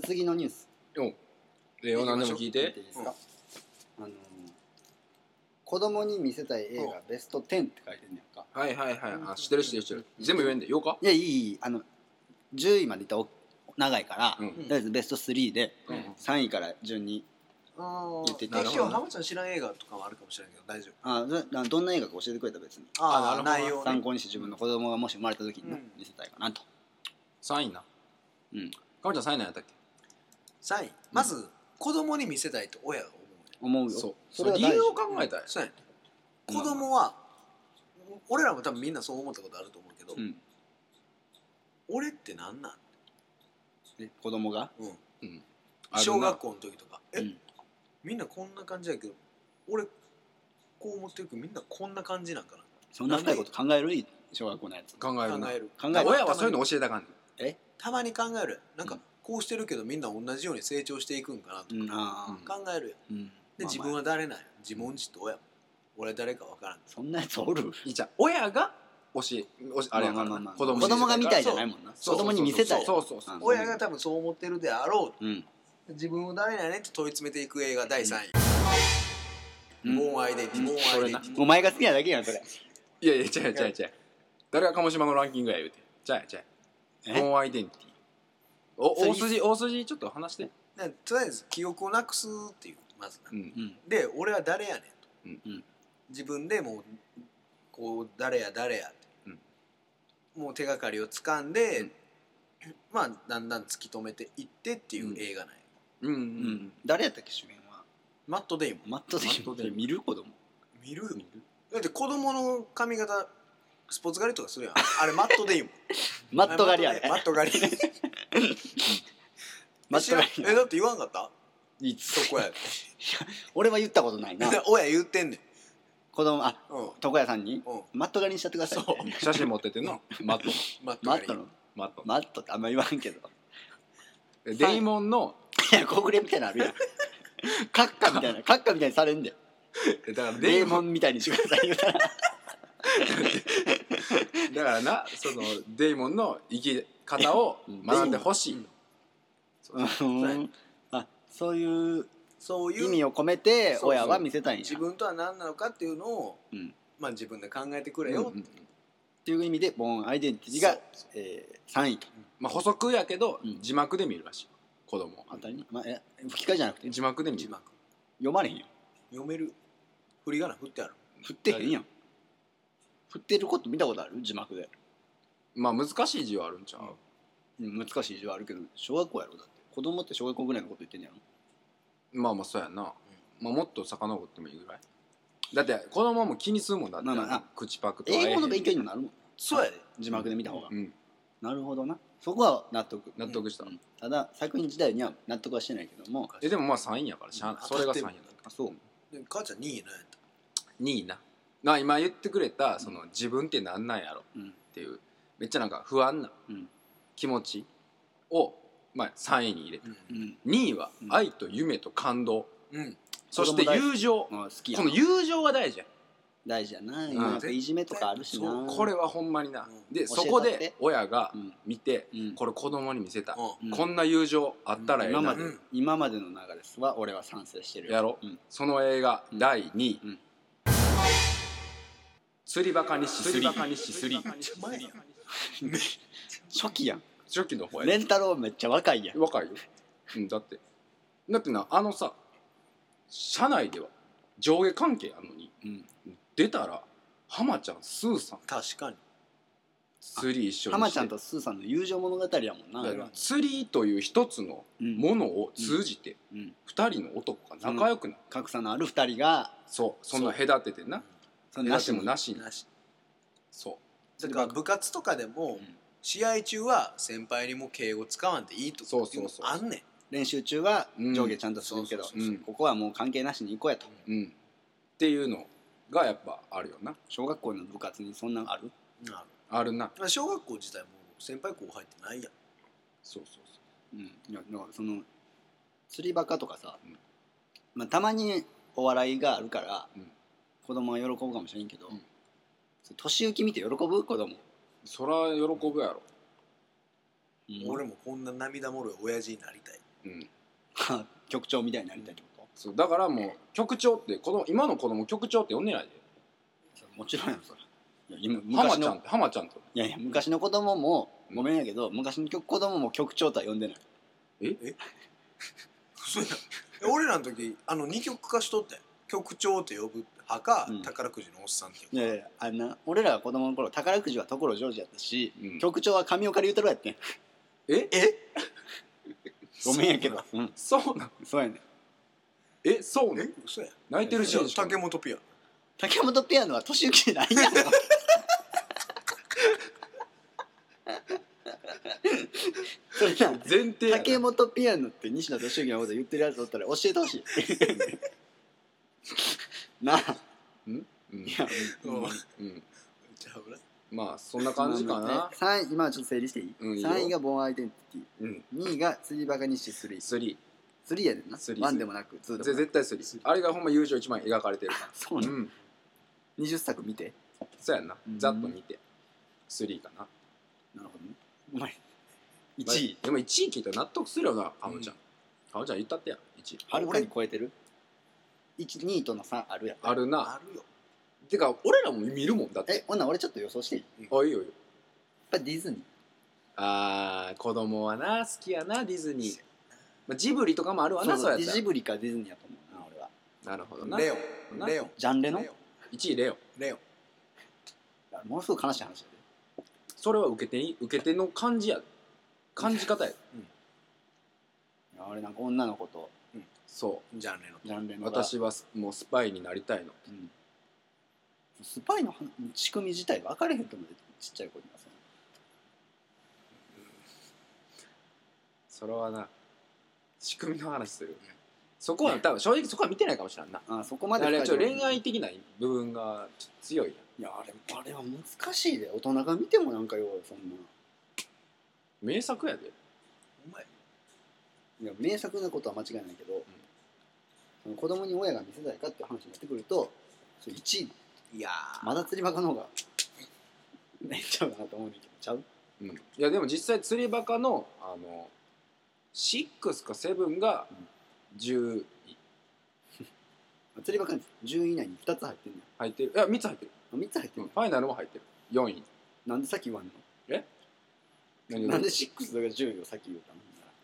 次のニュース何でも聞いて。 いいですか、子供に見せたい映画ベスト10って書いてんねんか。 はいはいはい。あ、知ってる知ってる知ってる。全部言えんでようか。 いやいい10位までいったら長いから、 うんとりあえずベスト3で、 うん 3位から順に言っていって。 今日浜ちゃん知らん映画とかもあるかもしれんけど大丈夫。 どんな映画か教えてくれたら別になるほど内容ね参考にして自分の子供がもし生まれた時に見せたいかなと。 3位な。 うんかまちゃん3位なんやったっけ。 3位まず子供に見せたいと親が思う思うよ。 そう。 それは大事理由を考えたい。 そうやね子供は俺らも多分みんなそう思ったことあると思うけど、 うん俺ってなんなん、 で子供がうん。 小学校の時とかうんみんなこんな感じやけど俺こう思ってるけどみんなこんな感じなんかなそんな深いこと考える小学校のやつ考えるな。 考える考える親はそういうの教えたかんねん。 たまに考えるなんかこうしてるけどみんな同じように成長していくんかなとうんか考えるようんで自分は誰なんや自問自答やもん俺誰か分からんそんなやつおる。 いいじゃん。親があれやからな。 子供が見たいじゃないもんな。子供に見せたい。 そう親が多分そう思ってるであろううん自分を誰なんやねんって問い詰めていく映画第3位うんボーンアイデンティティボーンアイデンティティお前が好きなだけやんそれ。 いやいや違う違う違う。誰が鹿児島のランキングや言うて。じゃあボーンアイデンティティ。大筋ちょっと話して。 でとりあえず記憶をなくすっていうまずなうん。 うんで俺は誰やねんと、 うん自分でもうこう誰やって、もう手がかりをつかんで、まあだんだん突き止めていってっていう映画なんや、 うんううんん。誰やったっけ主演は。 マット・デイモンマットデイモン見る子供。 見るよだって子供の髪型スポーツ狩りとかするやんあれマット・デイモンマット狩りやね。 マット狩りマット狩り。 だって言わんかったいつそこや俺は言ったことないな。 親言ってんねん子供うん床屋さんにうんマット狩りにしちゃってくださいって。 写真持ってってんの。マットの。 マット狩りマットのマットマットってあんま言わんけど。 デイモンのいや小暮みたいなのあるやん。カッカみたいなカッカみたいにされんで。 だからデーモンみたいにしてください言うたら。 だからなそのデイモンの生き方を学んでほしい。 うんそういうそういう意味を込めてそう親は見せたいんや。 自分とは何なのかっていうのを、 うんまあ自分で考えてくれよ、 っていう意味でボーンアイデンティティがそう 3位と。 まあ補足やけどうん字幕で見るらしい子供は。 当たりに吹き替えじゃなくて字幕で見る。 字幕読まれへんよ。 読める振り仮名振ってある振ってへんやん。振ってること見たことある字幕で。 まあ難しい字はあるんちゃう。 難しい字はあるけど小学校やろだって。子供って小学校ぐらいのこと言ってんねやろ。 まあまあそうやな。まあもっと遡ってもいいぐらい。だって子供も気にするもんだって。 まあまあ口パクと会えへん英語の勉強にもなるもん。 そうやで字幕で見た方が。 うん。 なるほどな。そこは納得。 納得した。 ただ作品自体には納得はしてないけども。 でもまあ3位やからしゃあない。それが3位やから。 あそう。 で母ちゃん2位なんやった 2位な。今言ってくれたその自分ってなんなんやろうんっていうめっちゃなんか不安なうん気持ちをまあ3位に入れて、 うん。 2位は愛と夢と感動、 うんそして友情。 好きやこの友情が大事や。 大事やな。今やっぱいじめとかあるしな。 これはほんまにな、で教えたってそこで親がうん見て、 うんこれ子供に見せた、 うんこんな友情あったらええな、 今までの流れは俺は賛成してるよ。 やろ、 うんその映画、第2位、 うん釣りバカにしすり初期やん。 初期の方やレンタロウめっちゃ若いやん。 若いよ、だってなさ社内では上下関係あるのにうん出たら浜ちゃんスーさん確かに釣り一緒にして浜ちゃんとスーさんの友情物語やもんな。 だから釣りという一つのものを通じてうん二人の男が仲良くなる、 格差のある二人がそうそんな隔ててなその隔てもなしになしそうだから部活とかでも試合中は先輩にも敬語使わんでいいとかっていうのあんねん練習中は上下ちゃんとするけど、 そうそうそうここはもう関係なしに行こうやと。 うんっていうのがやっぱあるよな。 小学校の部活にそんなんある？ あるな。 小学校自体も先輩後輩ってないやんそううん。いやだからその釣りバカとかさ、 うんまあたまにお笑いがあるから、 うん子供は喜ぶかもしれんけど、 うん年行き見て喜ぶ子供。 そら喜ぶやろ。 俺もこんな涙もろい親父になりたいうん局長みたいになりたいってこそうだからもう局長って今の子供局長って呼んでないでと？もちろんやんそれ。いや浜ちゃんといやいや昔の子供もうんごめんやけど、昔の子供も局長とは呼んでない。 そうや俺らの時二極化しとったよ。局長って呼ぶ派か、 うん宝くじのおっさんっていやいや俺らが子供の頃宝くじは所ジョージやったし、 うん局長は上岡龍太郎やってん。 えごめんやけど。うん、 そうなんそうやねん。 そうなん嘘や泣いてるシーンしか竹本ピアノ竹本ピアノは年行きじゃないやろ。それな前提やな竹本ピアノって西野俊之のこと言ってるやつおったら教えてほしい。なあ。 うんいや、 うんうんちゃうなまあそんな感じかな 3位今はちょっと整理していい、 うんいいよ 3位がボーンアイデンティテうんィ、2位が釣りバカ日誌3。 3 3やねんな。 3 1でもなく2でもなく。 絶対3あれがほんま友情一番描かれてるかそうなの、 ら 20作見て。 そうやんなうんざっと見て3かななるほどね。お前1位でも1位聞いたら納得するよなかのちゃんかのちゃん言ったってや1位はるかに超えてる。2位との差あるやん。 あるなあるよてか俺らも見るもんだってほんなら俺ちょっと予想していい？やっあいいよいいよぱディズニー。 子供はな好きやなディズニーまあジブリとかもあるわなそうそうやったらジブリかディズニーやと思うな俺は。 なるほどなレオンなレオンジャンレのレオン 1位レオンレオンものすごく悲しい話やで。 それは受け手の感じや感じ方やあれなんか女の子とそジャンレのジャンレうのが私はもうスパイになりたいのうんスパイの仕組み自体が分かれへんと思うでちっちゃい子にはさ。 それはな仕組みの話するそこは多分正直そこは見てないかもしれんなそこまであれちょっと深いとこ恋愛的な部分がちょっと強いやんいやあれは難しいで。大人が見てもなんかよそんな。 名作やでお前いや名作なことは間違いないけど、その子供に親が見せたいかっていう話になってくるとそれ1位いやーまだ釣りバカの方がねちゃうかなと思うんだけどちゃう。 うんいやでも実際釣りバカの6か7が10位釣りバカに10位以内に2つ入ってんね入ってるいや3つ入ってる、 ん。3つ入ってんねん。 ファイナルも入ってる4位なんでさっき言わんの？ 何なんで6が10位をさっき言ったの？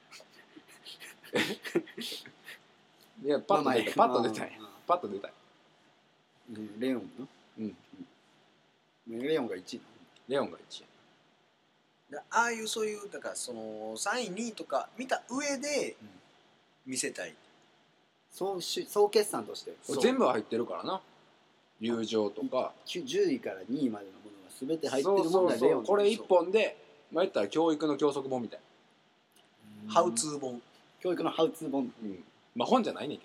いやパッと出たいパッと出たいまあパッと出たいレオンのレオンが1位レオンが1位ああいうそういうだからその3位2位とか見た上で見せたい総決算としてそう全部入ってるからな友情とか 10位から2位までのものが全て入ってそうるものがレオン。 そうそうこれ1本でまあ言ったら教育の教則本みたいハウツー本教育のハウツー本。 な、まあ本じゃないねんけ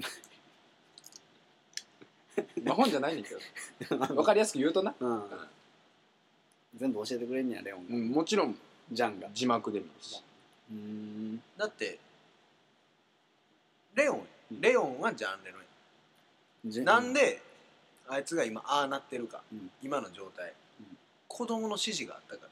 どまあ本じゃないねんけど分かりやすく言うとな、 うん全部教えてくれんねやレオンが。 もちろんジャンが。 字幕で見るしだってレオンはジャンレノなんであいつが今ああなってるか、今の状態、子供の指示があったから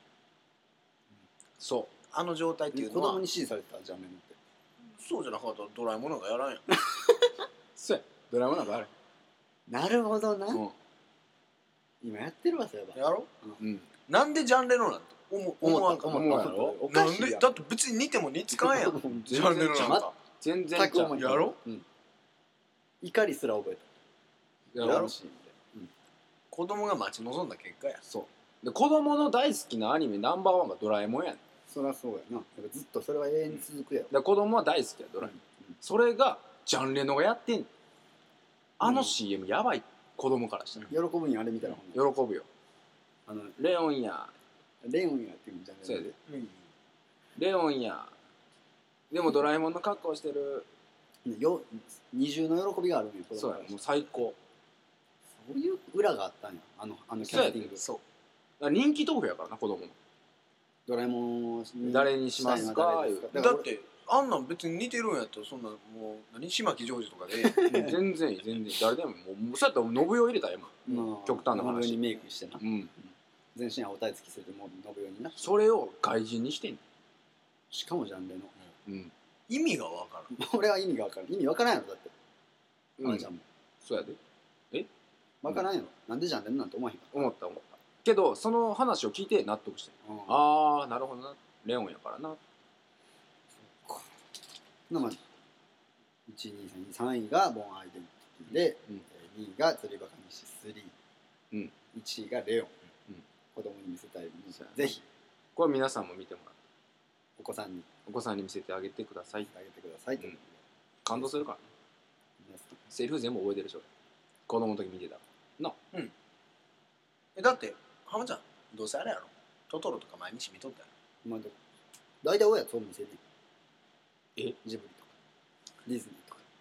そうあの状態っていう子のは供に指示されてたジャンレノって。 そうじゃなかったらドラえもんなんかやらんやんそうやドラマなんかあるなるほどな。 うん今やってるわそういえば。 やろうんなんでジャンレノなんて思わんか思ったやろおなんかしいやん。 でだって別に似ても似つかんやんジャンレノなんか全然全く思いちゃうやろ怒りすら覚えた。 やろあのシーンで子供が待ち望んだ結果やそうで子供の大好きなアニメナンバーワンがドラえもんやねんだかそりゃそうやな。やっぱずっとそれは永遠に続くやろ。 ら子供は大好きやドラえもん、それがジャンレノがやってんねんあの CM やばい子供からしたら、 喜ぶんやあれ見たらほんま喜ぶよレオンやレオンやっていうんじゃないそうやでうんレオンやでもドラえもんの格好してる二重の喜びがあるんよ。 そうやもう最高そういう裏があったんや。あのキャスティング。 そうだから人気豆腐やからな子供のドラえもんを誰にしますかだってあんなん別に似てるんやったらそんなもう何島木ジョージとかで全然いい全然いい誰でももうそうやったら信代入れたら今極端な話信代にメイクしてな。 うん全身青タイツ着せてもう信代にな。 それを外人にしてんねしかもジャンレの。 んうん意味がわからん。 俺は意味が分からん。意味分からんやろだって。あんちゃんもそうやで分からんやろ。なんでジャンレノなんて思わへんか思ったけどその話を聞いて納得してら。 ああなるほどなレオンやからなまあ、1、2、3位がボンアイデンティティで、 うん 2位が釣りバカ西3、 うん 1位がレオン、 うん子供に見せたいそうやなぜひこれ皆さんも見てもらってお子さんにお子さんに見せてあげてくださいあげてくださいということで、 感動するからね皆さんセリフ全部覚えてるでしょ子供の時見てたなだって浜ちゃんどうせあれやろトトロとか毎日見とったやまあ、大体親そう見せるえジブリとかディズニーとか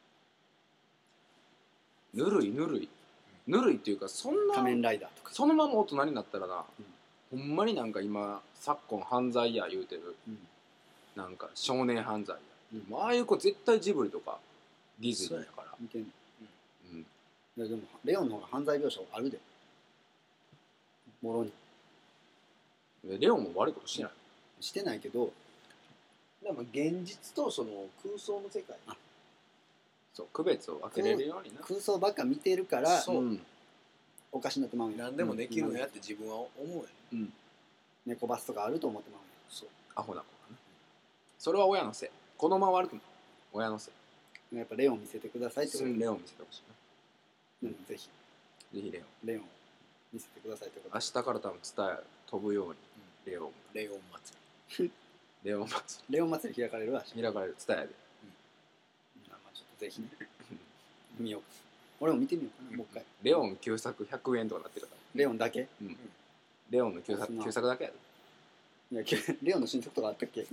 ぬるいぬるいぬるいっていうかそんな仮面ライダーとかそのまま大人になったらな、ほんまになんか今昨今犯罪や言うてるうんなんか少年犯罪や、 うんもうああいう子絶対ジブリとかディズニーやから見てんのうんいやでもレオンの方が犯罪描写あるでもろにでレオンも悪いことしてないしてないけどでも現実とその空想の世界そう区別を分けれるようにな空想ばっか見てるからそううんおかしになってまうんや何でもできるんやって自分は思うやんうん猫バスとかあると思ってまうんやそうアホな子がねそれは親のせい子供は悪くない親のせいやっぱレオン見せてくださいってことで、 レオン見せてほしいなぜひぜひレオンレオン見せてくださいってことで明日から多分伝え飛ぶようにレオンレオン祭レオン祭レオン祭り開かれるわり開かれる伝えでまあちょっとぜひね見よう俺も見てみようかなもう一回レオン旧作100円とかなってるからレオンだけレオンの旧作そんな旧作だけやでいやレオンの新作とかあったっけ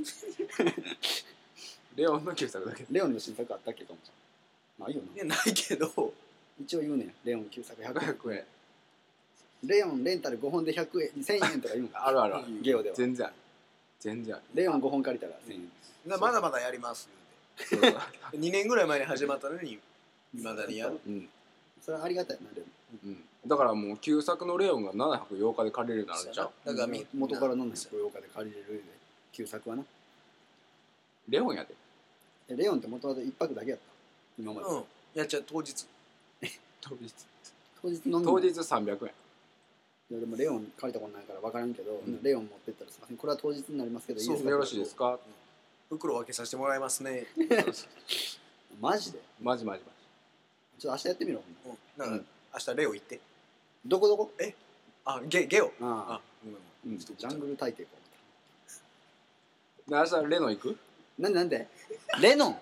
レオンの旧作だけレオンの新作あったっけと思っちゃうないよいやなないけど一応言うねんレオン旧作100円 100円レオンレンタル5本で100円1000円とか言うんかあるあるあるゲオでは全然ある全然あるレオン5本借りたら1000円まだまだやりますそうそう 2年ぐらい前に始まったのにいまだにやるうんそれはありがたいなレうんだからもう旧作のレオンが7泊8日で借りれるようになるんじゃんだから元からの708日で借りれるで旧作はなレオンやでレオンって元々1泊だけやった今まで、 うんやっちゃう当日当日当日飲んで当日300円いやでもレオン借りたことないから分からんけど、 んレオン持ってったらすいませんこれは当日になりますけどいいですかよろしいですか袋分けさせてもらいますねマジでマジマジマちょっと明日やってみろほんならだから明日レオ行ってどこどこあゲオああごめんジうんジャングル大帝かで明日レノ行くなんでレノン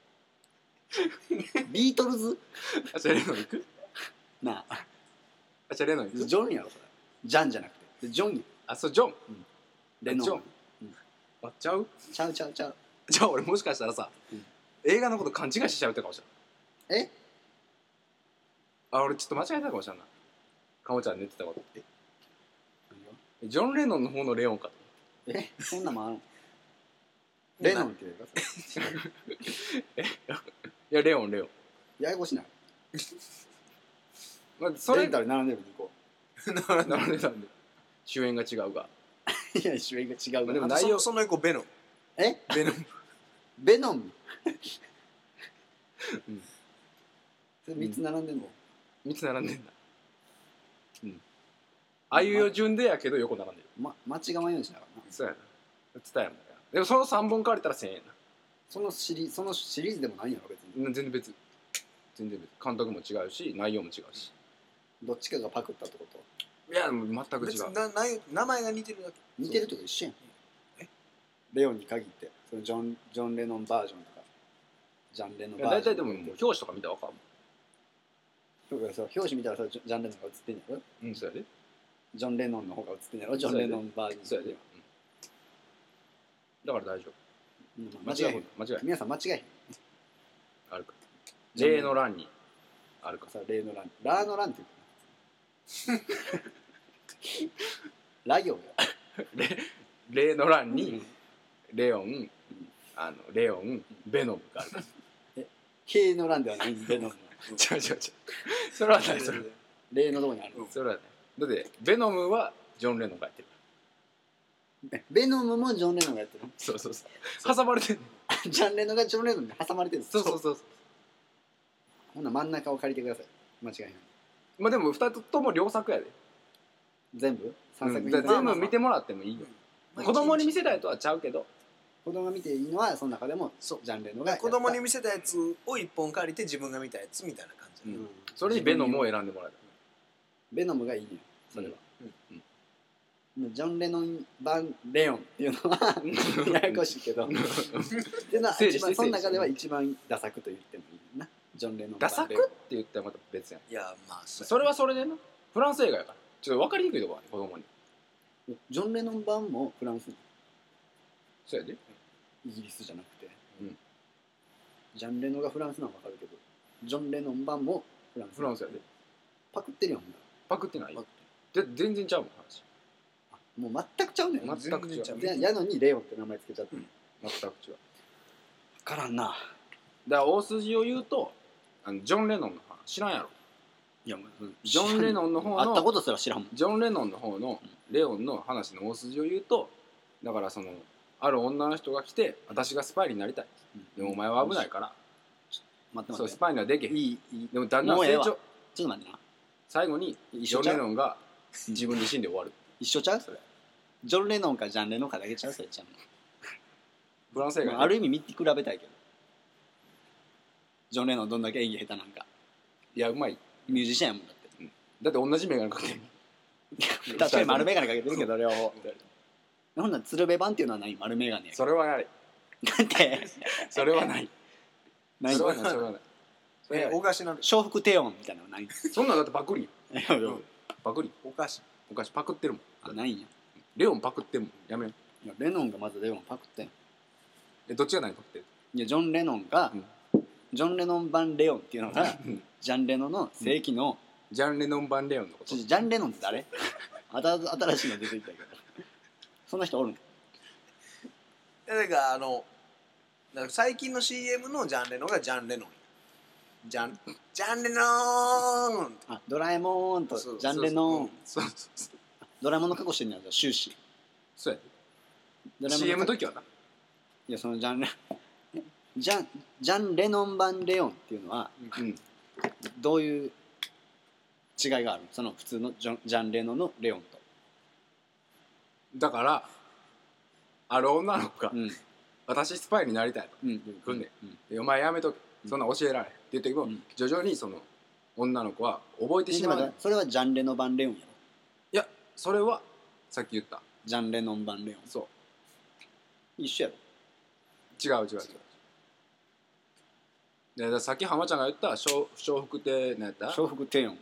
ビートルズ明日レノ行くなあ明日レノ行くジョンやろそれジャンじゃなくてジョンやあそうジョンレノンジョンあちゃうちゃうちゃうちゃうじゃあ俺もしかしたらさ、 うん映画のこと勘違いしちゃうってかもしれないえあ俺ちょっと間違えたかもしれないかもちゃん寝てたことジョン・レノンの方のレオンかとそんなもんあるのレノンって言うかそれいやレオンややこしないまあ、それレンタル並んでる2個なんで主演が違うがいや主演が違うまあでもな内容その横ベノンえベノンベノンうんそれ3つ並んでんの、 3つ並んでんだあいうよ順でやけど横並んでる間違わんようにしながらなそうやな伝えやもんでもその3本借りたら1000円なそのシリーズでもないんやろ別に全然別監督も違うし内容も違うしどっちかがパクったってこといやもう全く違う別に名前が似てるだけ似てるとか一緒やんえレオンに限ってそのジョン・レノンバージョンとかジャン・レノンいやバージョン大体でも表紙とか見たら分かるそうかそう表紙見たらさジャン・レノンが映ってんやろもんそうやでジョン・レノンの方が映ってんやろジョン・レノンバージョンそうやで、だから大丈夫間違えへん間違え皆さん間違えへんあるか例の欄にあるかさ例の欄ラーの欄って言うかなラ行や例の欄にレオンレオンベノムがあるから K の欄ではないんですベノンの違うそれはないそれ例のとこにあるそれはねだってベノムはジョン・レノンがやってるベノムもジョン・レノンがやってるの。 そうそうそう挟まれてるジャン・レノがジョン・レノンに挟まれてるんです。 そうほんな真ん中を借りてください。間違いない。 まあでも2つとも良作やで、 全部3作品、 だから全部見てもらってもいいよ、 まあ子供に見せたいとはちゃうけど、 子供が見ていいのはその中でもジそうャン・レノがやった子供に見せたやつを一本借りて自分が見たやつみたいな感じ、 うんそれにベノムを選んでもらえベノムがいいねそれは、 うんジョン・レノン版レオンっていうのはややこしいけどっていうのは整理して一番その中では一番ダサくと言ってもいいな。ジョン・レノンダサくって言ったらまた別やん、 いやまあそれはそれでな、フランス映画やからちょっと分かりにくいとこある子供に。 ジョン・レノン版もフランス、 そうやで、 イギリスじゃなくて、 うんジャン・レノがフランスなの分かるけどジョン・レノン版もフランスフランスやで、 パクってるよほんならパクってないパクで全然ちゃうもん話、 もう全くちゃうねん全く違う全然ちゃうでやのにレオンって名前つけちゃってる、 全く違う。 分からんな。 だから大筋を言うとジョン・レノンの話知らんやろ。 いやもうジョン・レノンの方の会ったことすら知らんもん。 ジョン・レノンの方のレオンの話の大筋を言うと、だからそのある女の人が来て私がスパイになりたい、でもお前は危ないからそうス待って待って。 パイにはできへん、 いいいい。 でもだんだんもうええわ成長、 ちょっと待ってな。 最後にジョン・レノンが自分で死んで終わる。 一緒ちゃうそれ。ジョン・レノンかジャン・レノンかだけちゃうそれちゃフランス映画う。ある意味見て比べたいけど。ジョン・レノンどんだけ演技下手なんか。 いやうまい、 ミュージシャンやもんだって。 だって同じ眼鏡かけてる。 確かに丸眼鏡かけてるけど両方。ほんなら鶴瓶版っていうのはない丸眼鏡やけそれはない、 ど。なんてそれはない、 ないそれはない、それはない、それはないお菓子なの笑福帝王みたいなのない。 そんなんだってパクリやん、 うんパクリ、 お菓子お菓子パクってるもん、 あないんや。 レオンパクってるもん、やめよう。 いやレノンがまずレオンパクってん。 どっちが何パクってる？ いやジョン・レノンが、ジョン・レノン版レオンっていうのがうんジャン・レノの正規の、 ジャン・レノン版レオンのことジャン・レノンって誰新しいの出てきたけどそんな人おるん？ だからだから最近の CM のジャンレノンがジャンレノンジャンレノンあドラえもんとそうジャン・レノン。 そうそうそうドラえもんの過去してんねやじゃあ終始。 そうやドで CM の時はな、 いやそのジャン・レノン版レオンっていうのはうん、 どういう違いがあるの？その普通のジャン・レノンのレオンと。 だからある女の子が、 うん私スパイになりたいとうん来んねん、 うんでお前やめとけ、そんなん教えられへんって言ったけど、 うん徐々にその女の子は覚えてしまうねん。いそれはジャン・レノ版レオンやろ。 やそれはさっき言ったジャン・レノン版レオンそう一緒やろ。 違うでだからさっき浜ちゃんが言った笑福亭なんやった笑福帝王。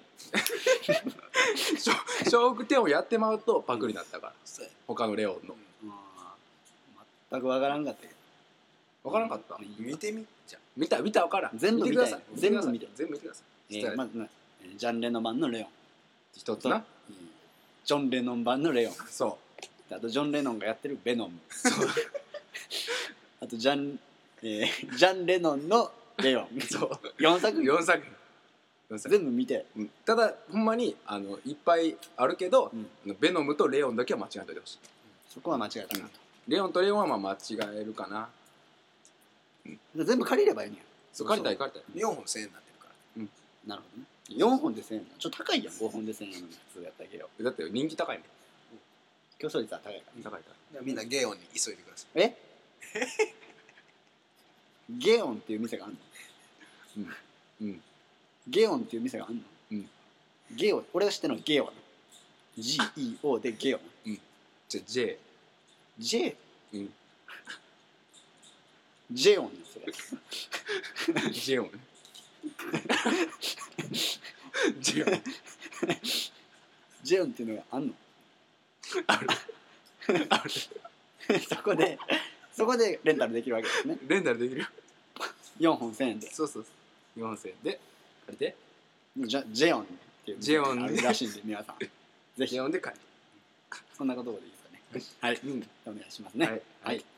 笑福亭をやってまうとパクリになったから、 そうや他のレオンの全くわからんかったけど分からんかった、 見てみじゃ見た分からん全部見たいてください全部見たい全部見てください、したらまずジャン・レノン版のレオン一つな、 ジョン・レノン版のレオンそあとジョン・レノンがやってるベノムあとジャン・レノンのレオンそう 4作品 4作品全部見てうんただほんまにいっぱいあるけど、 うんベノムとレオンだけは間違えといてほしい。 そこは間違えたなとレオンとレオンはまあ間違えるかな。 全部借りればいいねそう借りたい 4本1000円になってるからんなるほどね4本で1000円ちょっと高いやん5本で1000円なのに普通やったけどだって人気高いね。 競争率は高いから高いだからみんなゲオンに急いでくださいえゲオンっていう店があんのうんゲオンっていう店があんのゲオ俺が知ってるのはゲオな GEO でゲオなじゃあ J J うんジェオンですそれジェオンジェオンジェオンっていうのがあんのあるそこでレンタルできるわけですねレンタルできるよ。 4本1000円でそう4000円で借りてジェオンっていうジェオンあるらしいんで皆さんぜひジェオンで借りそんなことでいいですかねはい、 うんお願いしますねはいはい